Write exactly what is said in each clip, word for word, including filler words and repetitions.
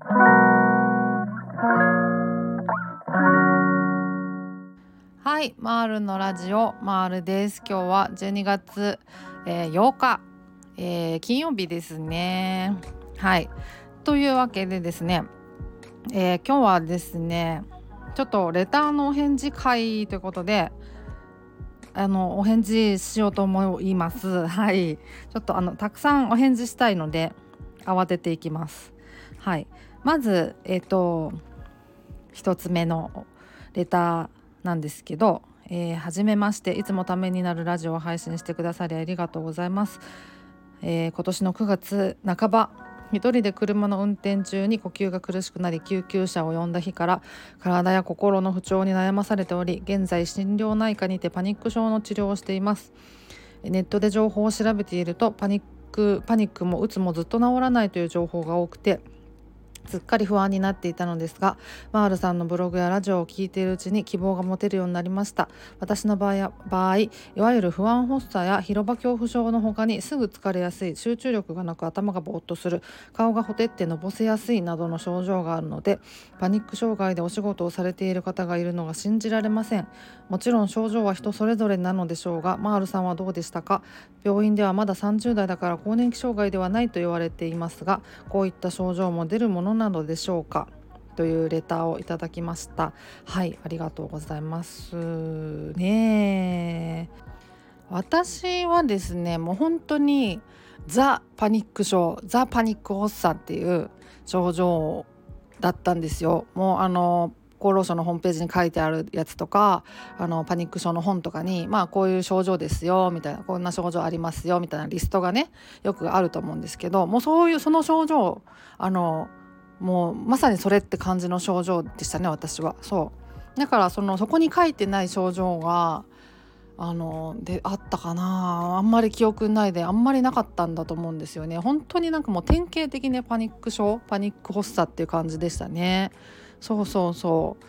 はい、マールのラジオマールです。今日はじゅうにがつ、えー、ようか、えー、金曜日ですね。はい、というわけでですね、えー、今日はですねちょっとレターのお返事会ということで、あのお返事しようと思います。はい、ちょっとあのたくさんお返事したいので慌てていきます。はい、まずえっ、と一つ目のレターなんですけど、えー、はじめまして、いつもためになるラジオを配信してくださりありがとうございます。えー、今年のくがつなかば、一人で車の運転中に呼吸が苦しくなり救急車を呼んだ日から体や心の不調に悩まされており、現在心療内科にてパニック症の治療をしています。ネットで情報を調べているとパニックパニックもうつもずっと治らないという情報が多くて、すっかり不安になっていたのですが、マールさんのブログやラジオを聞いているうちに希望が持てるようになりました。私の場合、場合いわゆる不安発作や広場恐怖症の他に、すぐ疲れやすい、集中力がなく頭がぼーっとする、顔がほてってのぼせやすいなどの症状があるので、パニック障害でお仕事をされている方がいるのが信じられません。もちろん症状は人それぞれなのでしょうが、マールさんはどうでしたか？病院ではまださんじゅう代だから更年期障害ではないと言われていますが、こういった症状も出るものなのでしょうか、というレターをいただきました。はい、ありがとうございますね。私はですね、もう本当にザ・パニック症、ザ・パニック発作っていう症状だったんですよ。もうあの厚労省のホームページに書いてあるやつとか、あのパニック症の本とかに、まあこういう症状ですよみたいな、こんな症状ありますよみたいなリストがね、よくあると思うんですけど、もうそういうその症状、あのもうまさにそれって感じの症状でしたね、私は。そうだからそのそこに書いてない症状があのであったかな、あんまり記憶ないで、あんまりなかったんだと思うんですよね。本当になんかもう典型的にパニック症、パニック発作っていう感じでしたね。そうそうそう。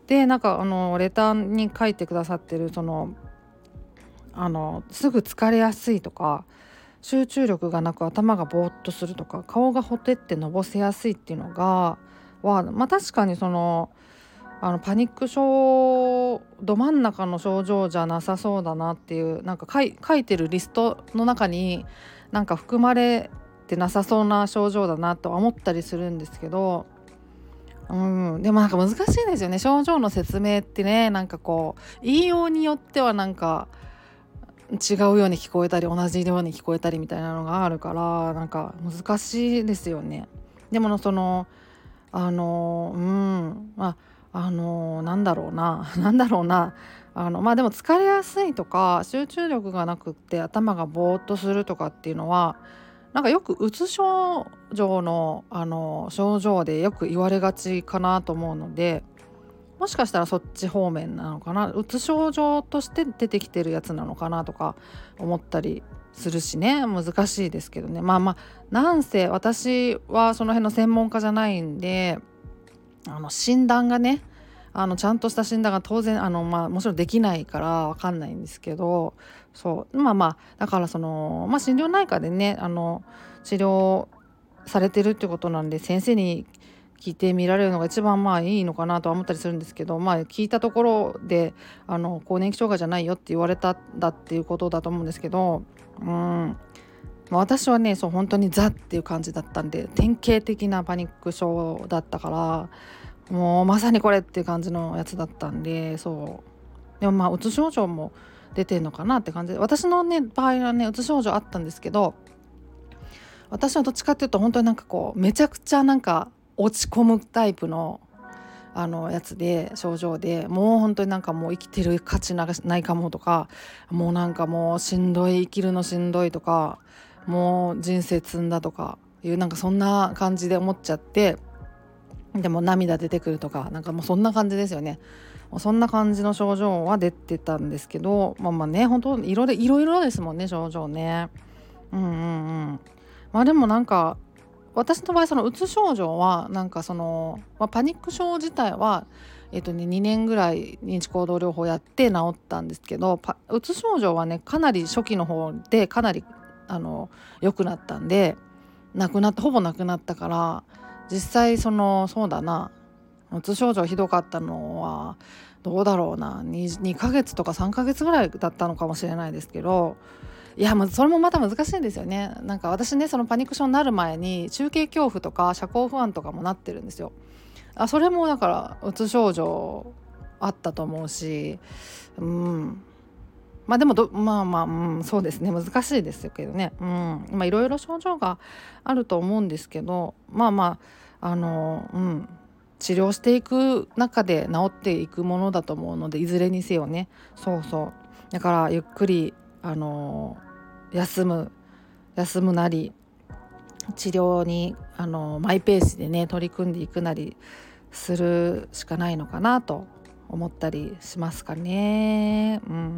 でなんかあのレターに書いてくださってる、そのあのすぐ疲れやすいとか、集中力がなく頭がぼーっとするとか、顔がほてってのぼせやすいっていうのがは、まあ、確かにそのあのパニック症ど真ん中の症状じゃなさそうだなっていう、なんか書い、書いてるリストの中になんか含まれてなさそうな症状だなとは思ったりするんですけど、うん、でもなんか難しいですよね、症状の説明ってね。なんかこう言いようによってはなんか違うように聞こえたり同じように聞こえたりみたいなのがあるから、なんか難しいですよね。でもそのあのうんまああのなんだろうななんだろうなあのまあでも疲れやすいとか集中力がなくって頭がぼーっとするとかっていうのは、なんかよくうつ症状の、あの症状でよく言われがちかなと思うので、もしかしたらそっち方面なのかな、うつ症状として出てきてるやつなのかなとか思ったりするしね。難しいですけどね。まあまあなんせ私はその辺の専門家じゃないんで、あの診断がね、あのちゃんとした診断が当然あの、まあ、もちろんできないから分かんないんですけど、そうまあまあだからその、まあ、心療内科でね、あの治療されてるってことなんで、先生に聞いてみられるのが一番まあいいのかなとは思ったりするんですけど、まあ聞いたところであの更年期障害じゃないよって言われたんだっていうことだと思うんですけど、うんまあ私はね、そう本当にザっていう感じだったんで、典型的なパニック症だったから、もうまさにこれっていう感じのやつだったんで、そうでもまあうつ症状も出てんのかなって感じで、私のね場合はねうつ症状あったんですけど、私はどっちかっていうと本当になんかこうめちゃくちゃなんか落ち込むタイプのあのやつで、症状で、もう本当になんかもう生きてる価値なないかもとか、もうなんかもうしんどい、生きるのしんどいとか、もう人生積んだとかいう、なんかそんな感じで思っちゃって、でも涙出てくるとか、なんかもうそんな感じですよね。そんな感じの症状は出てたんですけど、まあまあね、本当いろいろいろいろですもんね、症状ね。うんうんうん。まあでもなんか私の場合、そのうつ症状はなんかその、まあ、パニック症自体はえっとねにねんぐらい認知行動療法やって治ったんですけど、パうつ症状はねかなり初期の方でかなりあの良くなったんで、なくなったほぼなくなったから、 実際そのそうだな、うつ症状ひどかったのはどうだろうな 2, にかげつとかさんかげつぐらいだったのかもしれないですけど、いやまあそれもまた難しいんですよね。なんか私ね、そのパニック症になる前に中継恐怖とか社交不安とかもなってるんですよ。あ、それもだからうつ症状あったと思うし、うん、まあでもどまあまあ、うん、そうですね、難しいですけどね、うん、まあいろいろ症状があると思うんですけど、まあまああのうん治療していく中で治っていくものだと思うので、いずれにせよね。そうそう、だからゆっくりあの休む休むなり、治療にあのマイペースでね取り組んでいくなりするしかないのかなと思ったりしますかね。うんうんうん。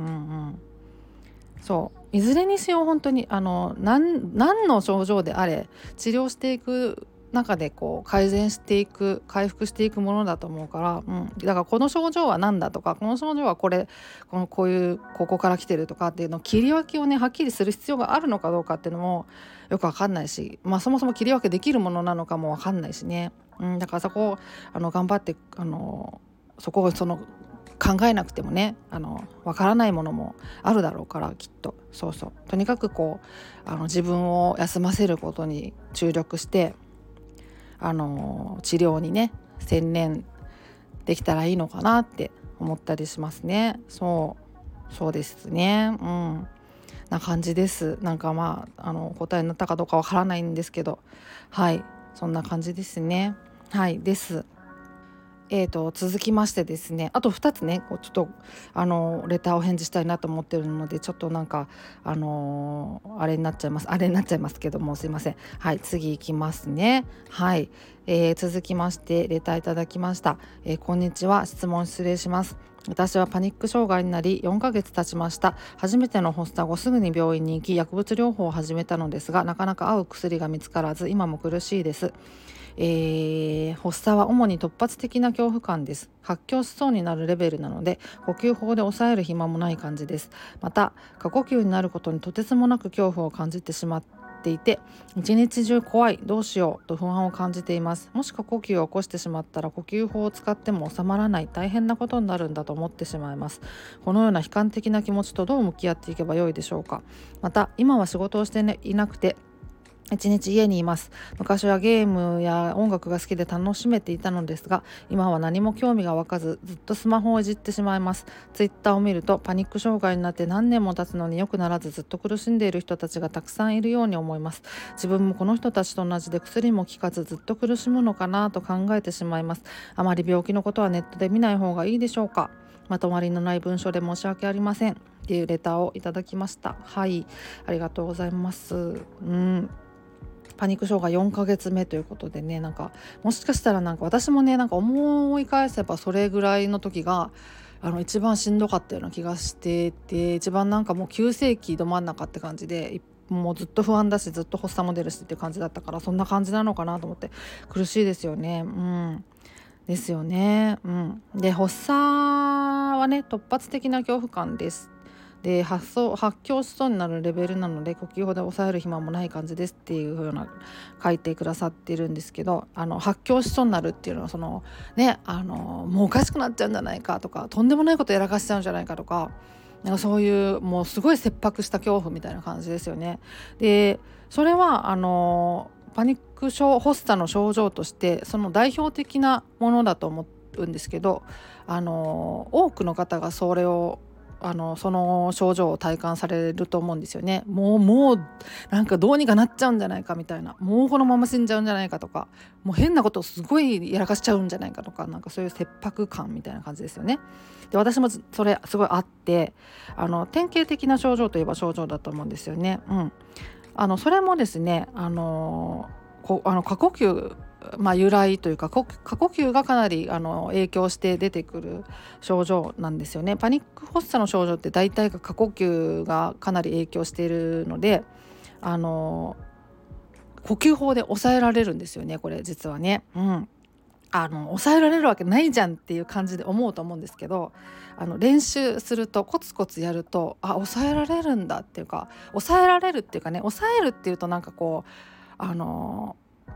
そういずれにせよ本当にあの何何の症状であれ治療していく中でこう改善していく回復していくものだと思うから、うん、だからこの症状は何だとか、この症状はこれこのこういうここから来てるとかっていうのを切り分けをねはっきりする必要があるのかどうかっていうのもよく分かんないし、まあ、そもそも切り分けできるものなのかも分かんないしね、うん、だからそこをあの頑張ってあのそこをその考えなくてもね、あの分からないものもあるだろうから、きっとそうそう、とにかくこうあの自分を休ませることに注力してあの治療にね専念できたらいいのかなって思ったりしますね。そうそうですね、うんな感じです。なんかまああの答えになったかどうかわからないんですけど、はいそんな感じですね。はいです。えー、と続きましてですね、あとふたつねこうちょっとあのレターを返事したいなと思ってるので、ちょっとなんかあのーあれになっちゃいますあれになっちゃいますけども、すいません。はい、次いきますね。はい、えー続きましてレターいただきました。えーこんにちは、質問失礼します。私はパニック障害になりよんかげつ経ちました。初めての発作後すぐに病院に行き薬物療法を始めたのですが、なかなか合う薬が見つからず今も苦しいです。えー、発作は主に突発的な恐怖感です。発狂しそうになるレベルなので、呼吸法で抑える暇もない感じです。また過呼吸になることにとてつもなく恐怖を感じてしまっていて、一日中怖い、どうしようと不安を感じています。もし過呼吸を起こしてしまったら呼吸法を使っても収まらない、大変なことになるんだと思ってしまいます。このような悲観的な気持ちとどう向き合っていけばよいでしょうか。また今は仕事をしていなくて一日家にいます。昔はゲームや音楽が好きで楽しめていたのですが、今は何も興味が湧かずずっとスマホをいじってしまいます。ツイッターを見るとパニック障害になって何年も経つのに良くならずずっと苦しんでいる人たちがたくさんいるように思います。自分もこの人たちと同じで薬も効かずずっと苦しむのかなと考えてしまいます。あまり病気のことはネットで見ない方がいいでしょうか。まとまりのない文章で申し訳ありませんっていうレターをいただきました。はい、ありがとうございます。うんパニック障害よんかげつめということでね、なんかもしかしたらなんか私もねなんか思い返せばそれぐらいの時があの一番しんどかったような気がしてて、一番なんかもう急性期ど真ん中って感じで、もうずっと不安だしずっと発作も出るしっていう感じだったから、そんな感じなのかなと思って苦しいですよね。うんですよね。うん、で発作はね突発的な恐怖感です。で発想発狂しそうになるレベルなので呼吸法で抑える暇もない感じですっていう風な書いてくださってるんですけど、あの発狂しそうになるっていうのはそのねあのもうおかしくなっちゃうんじゃないかとか、とんでもないことやらかしちゃうんじゃないかとか、なんかそういうもうすごい切迫した恐怖みたいな感じですよね。でそれはあのパニック症発作の症状としてその代表的なものだと思うんですけど、あの多くの方がそれをあのその症状を体感されると思うんですよね。もうもうなんかどうにかなっちゃうんじゃないかみたいな、もうこのまま死んじゃうんじゃないかとか、もう変なことをすごいやらかしちゃうんじゃないかとか、なんかそういう切迫感みたいな感じですよね。で私もそれすごいあって、あの典型的な症状といえば症状だと思うんですよね。うん、あのそれもですね、あのこあの過呼吸まあ、由来というか過呼吸がかなりあの影響して出てくる症状なんですよね。パニック発作の症状って大体が過呼吸がかなり影響しているので、あの呼吸法で抑えられるんですよね、これ実はね。うん、あの抑えられるわけないじゃんっていう感じで思うと思うんですけど、あの練習するとコツコツやるとあ抑えられるんだっていうか、抑えられるっていうかね、抑えるっていうとなんかこうあの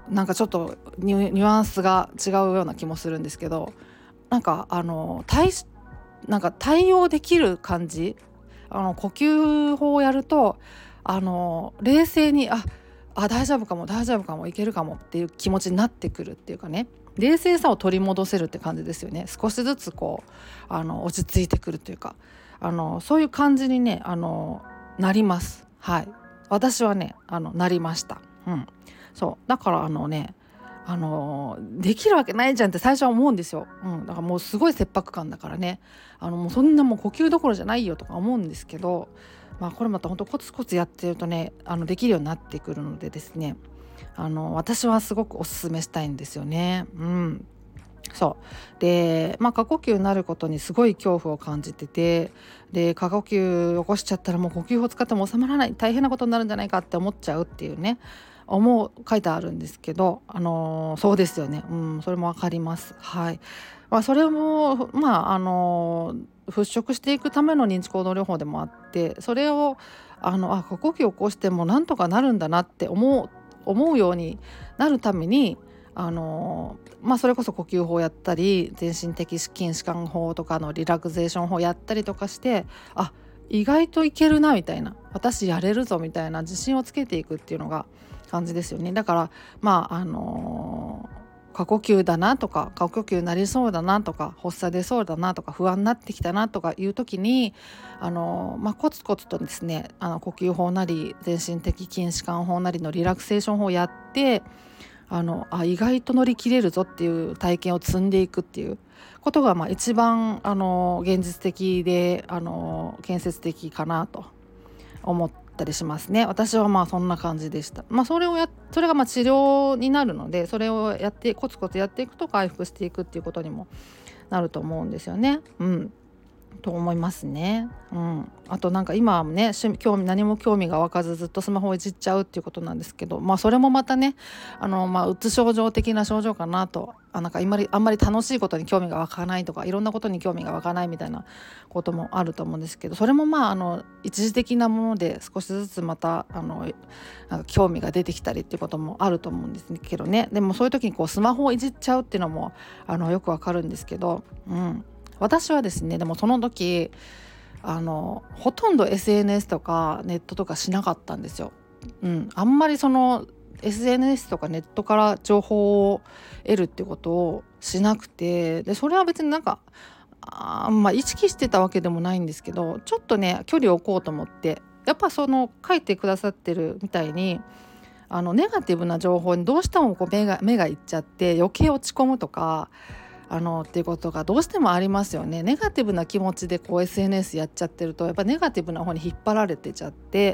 なんかちょっとニュ、ニュアンスが違うような気もするんですけど、なんかあの対なんか対応できる感じ、あの呼吸法をやるとあの冷静にああ大丈夫かも大丈夫かもいけるかもっていう気持ちになってくるっていうかね、冷静さを取り戻せるって感じですよね。少しずつこうあの落ち着いてくるというか、あのそういう感じにねあのなります。はい、私はねあのなりました。うん、そうだからあのねあのできるわけないじゃんって最初は思うんですよ。うん、だからもうすごい切迫感だからね、あのもうそんなもう呼吸どころじゃないよとか思うんですけど、まあこれまた本当コツコツやってるとねあのできるようになってくるのでですね、あの私はすごくおすすめしたいんですよね。うん、そうで、まあ、過呼吸になることにすごい恐怖を感じてて、で過呼吸起こしちゃったらもう呼吸法使っても収まらない大変なことになるんじゃないかって思っちゃうっていうね思う書いてあるんですけど、あのーそうですよね、うん、それもわかります。はい、まあ、それもまああのー払拭していくための認知行動療法でもあって、それをあのあ過呼吸を起こしてもなんとかなるんだなって思う思うようになるために、あのまあ、それこそ呼吸法やったり全身的筋弛緩法とかのリラクゼーション法やったりとかして、あ意外といけるなみたいな、私やれるぞみたいな自信をつけていくっていうのが感じですよね。だからまああのー過呼吸だなとか過呼吸になりそうだなとか発作出そうだなとか不安になってきたなとかいう時に、あの、まあ、コツコツとですねあの呼吸法なり全身的筋弛緩法なりのリラクセーション法をやって、あのあ意外と乗り切れるぞっていう体験を積んでいくっていうことが、まあ、一番あの現実的であの建設的かなと思ったりしますね。私はまあそんな感じでした。まあ、それをやそれがまあ治療になるので、それをやってコツコツやっていくと回復していくっていうことにもなると思うんですよね。うんと思いますね。うん、あとなんか今はね趣味興味何も興味が湧かずずっとスマホをいじっちゃうっていうことなんですけど、まあそれもまたねあの、まあ、うつ症状的な症状かなと、あなんかあんまりあんまり楽しいことに興味が湧かないとかいろんなことに興味が湧かないみたいなこともあると思うんですけど、それもまああの一時的なもので少しずつまたあのなんか興味が出てきたりっていうこともあると思うんですけどね。でもそういう時にこうスマホをいじっちゃうっていうのもあのよくわかるんですけど、うん私はですねでもその時あのほとんど エスエヌエス とかネットとかしなかったんですよ。うん、あんまりその エスエヌエス とかネットから情報を得るってことをしなくて、でそれは別になんかあー、まあ、意識してたわけでもないんですけど、ちょっとね距離を置こうと思って、やっぱその書いてくださってるみたいにあのネガティブな情報にどうしてもこう目が目がいっちゃって余計落ち込むとかあのっていうことがどうしてもありますよね。ネガティブな気持ちでこう エスエヌエス やっちゃってるとやっぱネガティブな方に引っ張られてちゃって、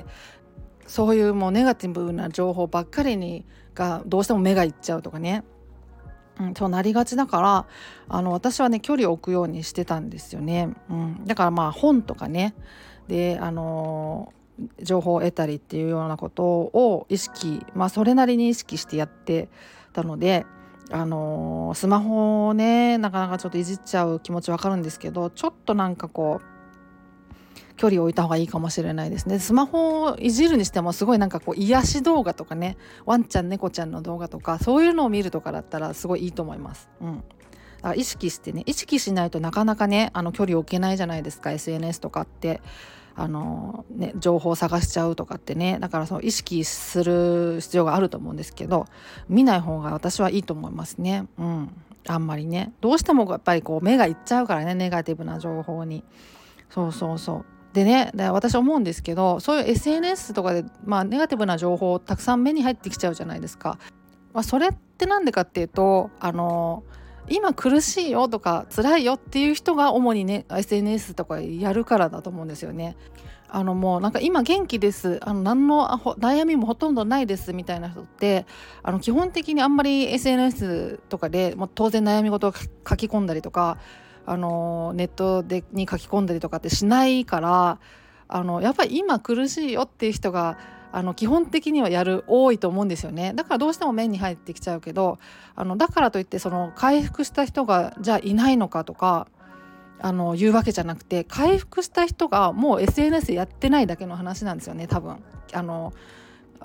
そういうもうネガティブな情報ばっかりにがどうしても目がいっちゃうとかね、うん、そうなりがちだからあの私はね距離を置くようにしてたんですよね。うん、だからまあ本とかねであの情報を得たりっていうようなことを意識、まあそれなりに意識してやってたので、あのースマホをねなかなかちょっといじっちゃう気持ちわかるんですけど、ちょっとなんかこう距離を置いた方がいいかもしれないですね。スマホをいじるにしてもすごいなんかこう癒し動画とかね、ワンちゃん猫ちゃんの動画とかそういうのを見るとかだったらすごいいいと思います。うん、だから意識してね意識しないとなかなかねあの距離を置けないじゃないですか。 エスエヌエス とかってあの、ね、情報を探しちゃうとかってね、だからその意識する必要があると思うんですけど、見ない方が私はいいと思いますね。うん、あんまりねどうしてもやっぱりこう目がいっちゃうからね、ネガティブな情報に。そうそうそうでね、で私思うんですけど、そういう エスエヌエス とかで、まあ、ネガティブな情報たくさん目に入ってきちゃうじゃないですか。まあ、それってなんでかっていうとあの今苦しいよとか辛いよっていう人が主にね エスエヌエス とかやるからだと思うんですよね。あのもうなんか今元気です、あの何の悩みもほとんどないですみたいな人ってあの基本的にあんまり エスエヌエス とかでもう当然悩み事を書き込んだりとかあのネットでに書き込んだりとかってしないから、あのやっぱり今苦しいよっていう人があの基本的にはやる多いと思うんですよね。だからどうしても目に入ってきちゃうけど、あのだからといってその回復した人がじゃあいないのかとかあの言うわけじゃなくて、回復した人がもう エスエヌエス やってないだけの話なんですよね多分。あの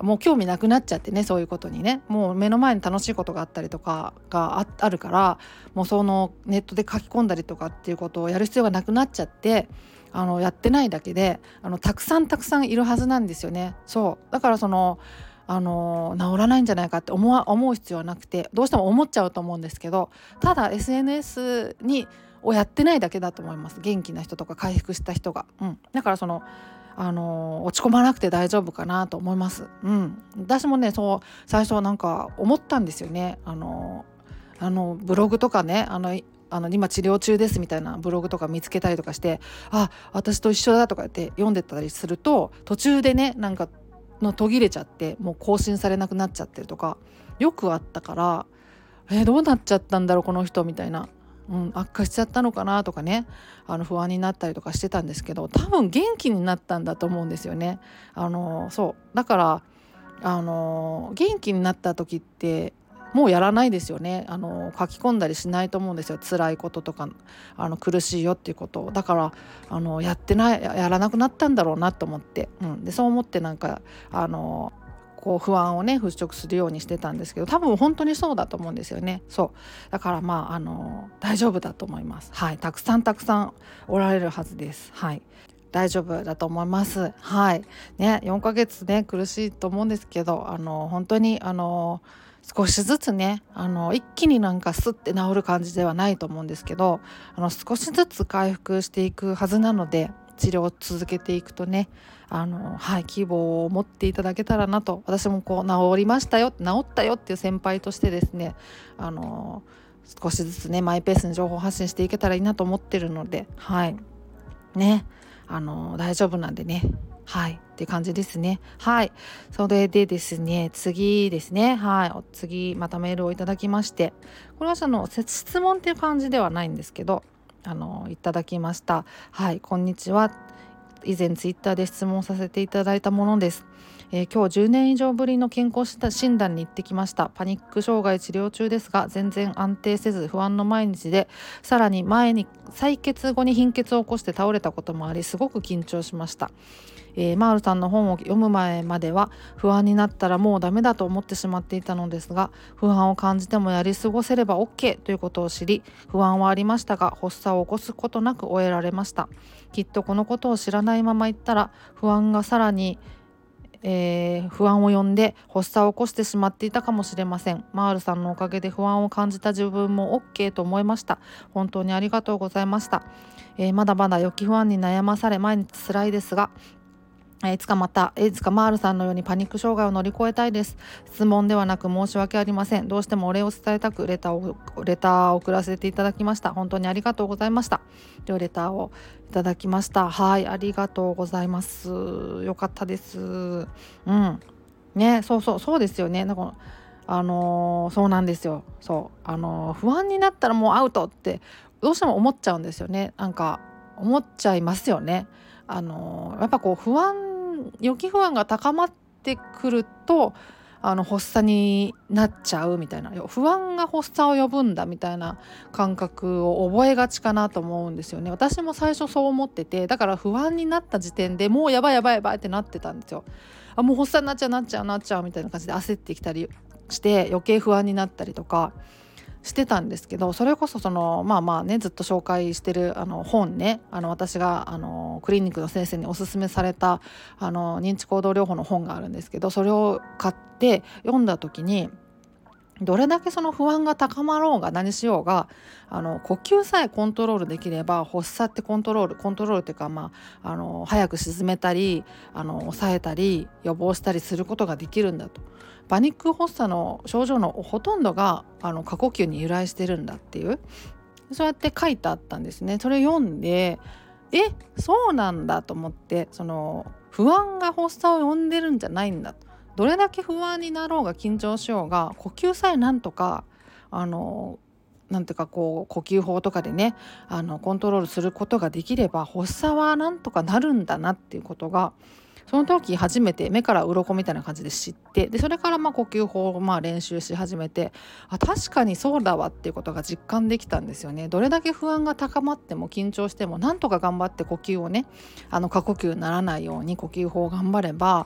もう興味なくなっちゃってね、そういうことにね、もう目の前に楽しいことがあったりとかが あ, あるからもうそのネットで書き込んだりとかっていうことをやる必要がなくなっちゃって、あのやってないだけであのたくさんたくさんいるはずなんですよね。そうだからそのあの治らないんじゃないかって思わ思う必要はなくて、どうしても思っちゃうと思うんですけど、ただ エスエヌエス にをやってないだけだと思います。元気な人とか回復した人が、うん、だからそのあの落ち込まなくて大丈夫かなと思います。うん、私もねそう最初なんか思ったんですよね。あのあのブログとかね、あのあの今治療中ですみたいなブログとか見つけたりとかして、あ私と一緒だとか言って読んでたりすると、途中でねなんかの途切れちゃってもう更新されなくなっちゃってるとかよくあったから、えーどうなっちゃったんだろうこの人みたいな、うん、悪化しちゃったのかなとかね、あの不安になったりとかしてたんですけど、多分元気になったんだと思うんですよね。あのそうだからあの元気になった時ってもうやらないですよね。あの書き込んだりしないと思うんですよ。辛いこととかあの苦しいよっていうことを。だからあのやってないやらなくなったんだろうなと思って、うん、でそう思ってなんかあのこう不安をね払拭するようにしてたんですけど、多分本当にそうだと思うんですよね。そうだからまああの大丈夫だと思います。はい、たくさんたくさんおられるはずです。はい、大丈夫だと思います。はいね、よんかげつね苦しいと思うんですけど、あの本当にあの少しずつね、あの一気になんかスッて治る感じではないと思うんですけど、あの少しずつ回復していくはずなので、治療を続けていくとね、あのはい希望を持っていただけたらなと。私もこう治りましたよ治ったよっていう先輩としてですね、あの少しずつねマイペースに情報発信していけたらいいなと思ってるので、はいね、あの大丈夫なんでね、はいって感じですね。はい、それでですね次ですね、はいお次またメールをいただきまして、これはその質問っていう感じではないんですけど、あのいただきました。はい、こんにちは。以前ツイッターで質問させていただいたものです。えー今日じゅうねん以上ぶりの健康診断に行ってきました。パニック障害治療中ですが全然安定せず不安の毎日で、さらに前に採血後に貧血を起こして倒れたこともあり、すごく緊張しました。えーマールさんの本を読む前までは不安になったらもうダメだと思ってしまっていたのですが、不安を感じてもやり過ごせれば OK ということを知り、不安はありましたが発作を起こすことなく終えられました。きっとこのことを知らないまま行ったら不安がさらにえー不安を呼んで発作を起こしてしまっていたかもしれません。マールさんのおかげで不安を感じた自分も OK と思いました。本当にありがとうございました。えーまだまだ予期不安に悩まされ毎日辛いですが、いつかまたいつかマールさんのようにパニック障害を乗り越えたいです。質問ではなく申し訳ありません。どうしてもお礼を伝えたくレターをレターを送らせていただきました。本当にありがとうございました。ではレターをいただきました。はい、ありがとうございます。よかったです。うんね、そうそうそうですよね。なんかあのーそうなんですよ。そうあのー不安になったらもうアウトってどうしても思っちゃうんですよね。なんか思っちゃいますよね。あのーやっぱこう不安予期不安が高まってくるとあの発作になっちゃうみたいな、不安が発作を呼ぶんだみたいな感覚を覚えがちかなと思うんですよね。私も最初そう思ってて、だから不安になった時点でもうやばいやばいやばいってなってたんですよ。あもう発作になっちゃうなっちゃうなっちゃうみたいな感じで焦ってきたりして余計不安になったりとかしてたんですけど、それこそそのまあまあねずっと紹介してるあの本ね、あの私があのクリニックの先生におすすめされたあの認知行動療法の本があるんですけど、それを買って読んだ時に、どれだけその不安が高まろうが何しようがあの呼吸さえコントロールできれば発作ってコントロールコントロールっていうか、まあ、あの早く沈めたりあの抑えたり予防したりすることができるんだと。パニック発作の症状のほとんどがあの過呼吸に由来してるんだっていう、そうやって書いてあったんですね。それ読んでえそうなんだと思って、その不安が発作を呼んでるんじゃないんだと。どれだけ不安になろうが緊張しようが呼吸さえなんとかあのなんていうかこう呼吸法とかでねあのコントロールすることができれば発作はなんとかなるんだなっていうことが、その時初めて目から鱗みたいな感じで知って、でそれからまあ呼吸法をまあ練習し始めて、あ確かにそうだわっていうことが実感できたんですよね。どれだけ不安が高まっても緊張してもなんとか頑張って呼吸をねあの過呼吸にならないように呼吸法を頑張れば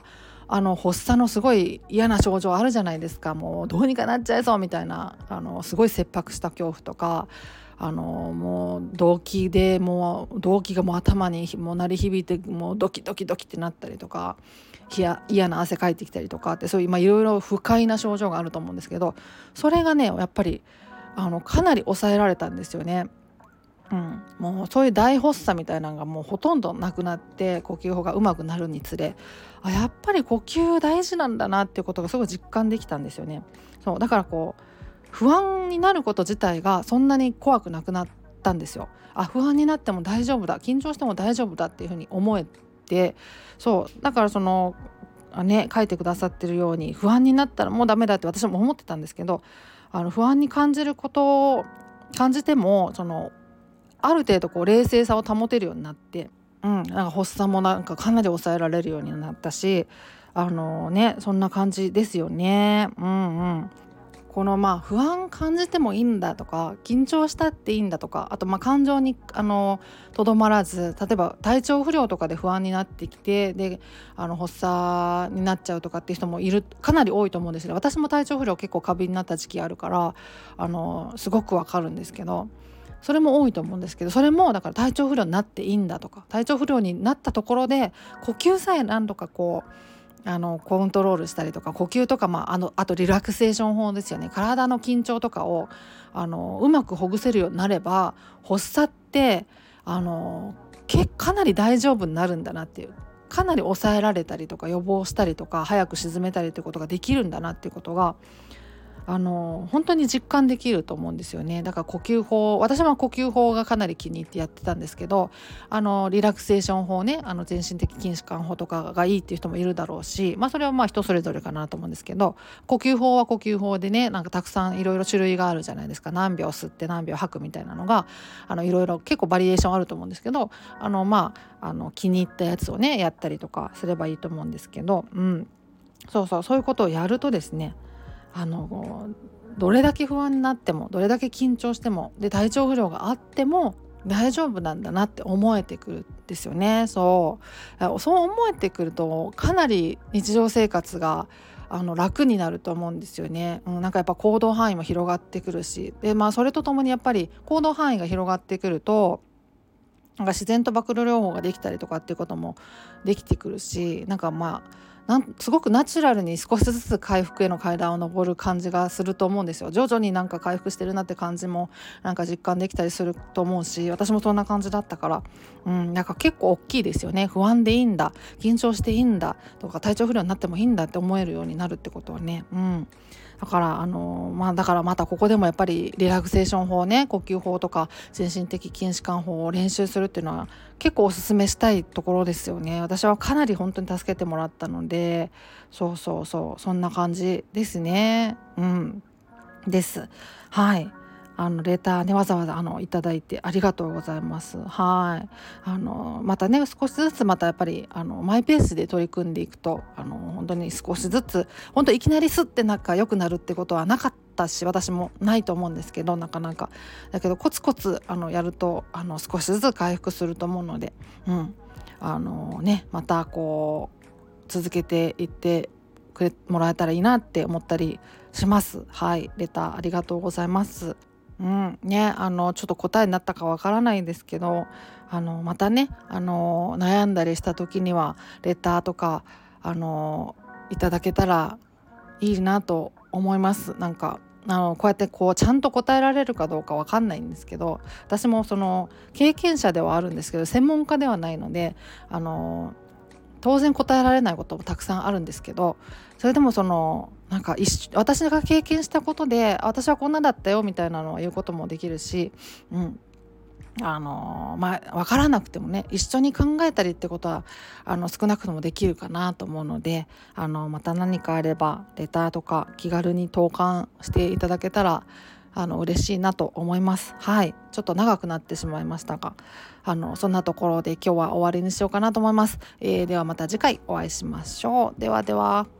あの発作のすごい嫌な症状あるじゃないですか。もうどうにかなっちゃいそうみたいな、あのすごい切迫した恐怖とか、あのもう動悸でもう動悸がもう頭にもう鳴り響いて、もうドキドキドキってなったりとか、いや嫌な汗かいてきたりとかって、そういういろいろ不快な症状があると思うんですけど、それがねやっぱりあのかなり抑えられたんですよね。うん、もうそういう大発作みたいなのがもうほとんどなくなって、呼吸法がうまくなるにつれ、あやっぱり呼吸大事なんだなっていうことがすごい実感できたんですよね。そうだからこう不安になること自体がそんなに怖くなくなったんですよ。あ不安になっても大丈夫だ、緊張しても大丈夫だっていうふうに思えて、そうだからそのあね書いてくださってるように、不安になったらもうダメだって私も思ってたんですけど、あの不安に感じることを感じても、そのある程度こう冷静さを保てるようになって、うん、なんか発作もなんかかなり抑えられるようになったし、あのねそんな感じですよね。うんうん。このまあ不安感じてもいいんだとか、緊張したっていいんだとか、あとまあ感情にあのとどまらず、例えば体調不良とかで不安になってきて、であの発作になっちゃうとかっていう人もいる、かなり多いと思うんですね。私も体調不良結構過敏になった時期あるから、あのすごくわかるんですけど、それも多いと思うんですけど、それもだから体調不良になっていいんだとか、体調不良になったところで呼吸さえ何とかこうあのコントロールしたりとか、呼吸とか、まあ、あのあとリラクセーション法ですよね。体の緊張とかをあのうまくほぐせるようになれば、発作ってあのけかなり大丈夫になるんだなっていう、かなり抑えられたりとか予防したりとか早く沈めたりということができるんだなっていうことがあの本当に実感できると思うんですよね。だから呼吸法、私は呼吸法がかなり気に入ってやってたんですけど、あのリラクゼーション法ね、あの全身的筋弛緩法とかがいいっていう人もいるだろうし、まあそれはまあ人それぞれかなと思うんですけど、呼吸法は呼吸法でね、なんかたくさんいろいろ種類があるじゃないですか。何秒吸って何秒吐くみたいなのがあのいろいろ結構バリエーションあると思うんですけど、あのまああの気に入ったやつをねやったりとかすればいいと思うんですけど、うん、そうそう、そういうことをやるとですね、あのどれだけ不安になっても、どれだけ緊張しても、で体調不良があっても大丈夫なんだなって思えてくるんですよね。そうそう思えてくるとかなり日常生活があの楽になると思うんですよね。うん、なんかやっぱ行動範囲も広がってくるし、でまあそれとともにやっぱり行動範囲が広がってくると、なんか自然と暴露療法ができたりとかっていうこともできてくるし、なんかまあなんすごくナチュラルに少しずつ回復への階段を上る感じがすると思うんですよ。徐々になんか回復してるなって感じもなんか実感できたりすると思うし、私もそんな感じだったから、うん、なんか結構大きいですよね。不安でいいんだ、緊張していいんだとか、体調不良になってもいいんだって思えるようになるってことはね、うん、だからあのまあだからまたここでもやっぱりリラクゼーション法ね、呼吸法とか全身的筋弛緩法を練習するっていうのは結構おすすめしたいところですよね。私はかなり本当に助けてもらったので、そうそうそう、そんな感じですね。うんです。はい。あのレターね、わざわざあのいただいてありがとうございます。はい。あのまたね、少しずつまたやっぱりあのマイペースで取り組んでいくと、あの本当に少しずつ、本当いきなりスッてなんか良くなるってことはなかったし、私もないと思うんですけど、なかなかだけどコツコツあのやるとあの少しずつ回復すると思うので、うんあのね、またこう続けていってくれもらえたらいいなって思ったりします。はい、レターありがとうございます。うんね、あのちょっと答えになったかわからないんですけど、あのまたね、あの悩んだりした時にはレターとかあのいただけたらいいなと思います。なんかあのこうやってこうちゃんと答えられるかどうかわかんないんですけど、私もその経験者ではあるんですけど専門家ではないので、あの当然答えられないこともたくさんあるんですけど、それでもそのなんか一私が経験したことで、私はこんなだったよみたいなのを言うこともできるし、うんあのまあ分からなくてもね、一緒に考えたりってことはあの少なくともできるかなと思うので、あのまた何かあればレターとか気軽に投函していただけたらあの嬉しいなと思います。はい、ちょっと長くなってしまいましたが、あのそんなところで今日は終わりにしようかなと思います。えー、ではまた次回お会いしましょう。ではでは。